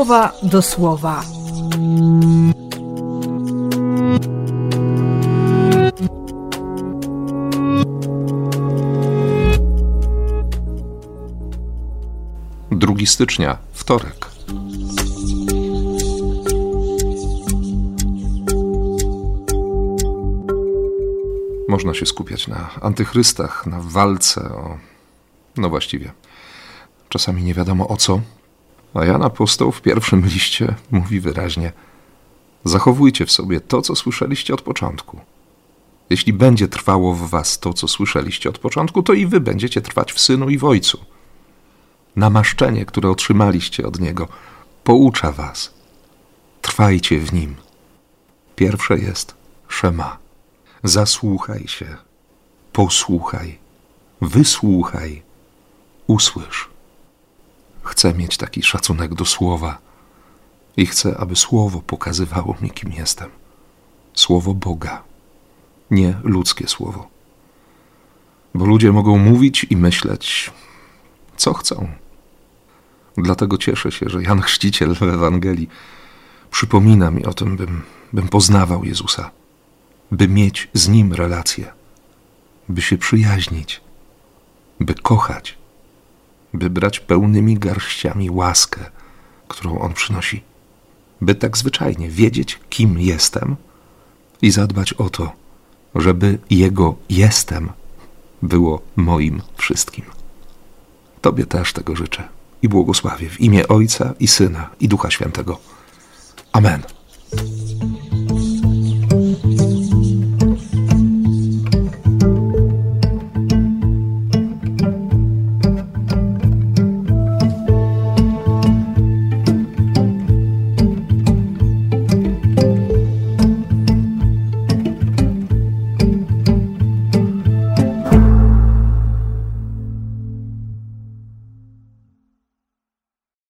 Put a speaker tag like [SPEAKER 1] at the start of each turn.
[SPEAKER 1] Słowa do słowa.
[SPEAKER 2] Drugi stycznia, wtorek. Można się skupiać na antychrystach, na walce o... No właściwie, czasami nie wiadomo o co. A Jan Apostoł w pierwszym liście mówi wyraźnie: zachowujcie w sobie to, co słyszeliście od początku. Jeśli będzie trwało w was to, co słyszeliście od początku, to i wy będziecie trwać w Synu i w Ojcu. Namaszczenie, które otrzymaliście od Niego, poucza was. Trwajcie w Nim. Pierwsze jest szema. Zasłuchaj się, posłuchaj, wysłuchaj, usłysz. Chcę mieć taki szacunek do Słowa i chcę, aby Słowo pokazywało mi, kim jestem. Słowo Boga, nie ludzkie słowo. Bo ludzie mogą mówić i myśleć, co chcą. Dlatego cieszę się, że Jan Chrzciciel w Ewangelii przypomina mi o tym, bym poznawał Jezusa, by mieć z Nim relację, by się przyjaźnić, by kochać, by brać pełnymi garściami łaskę, którą On przynosi, by tak zwyczajnie wiedzieć, kim jestem i zadbać o to, żeby Jego jestem było moim wszystkim. Tobie też tego życzę i błogosławię w imię Ojca i Syna i Ducha Świętego. Amen.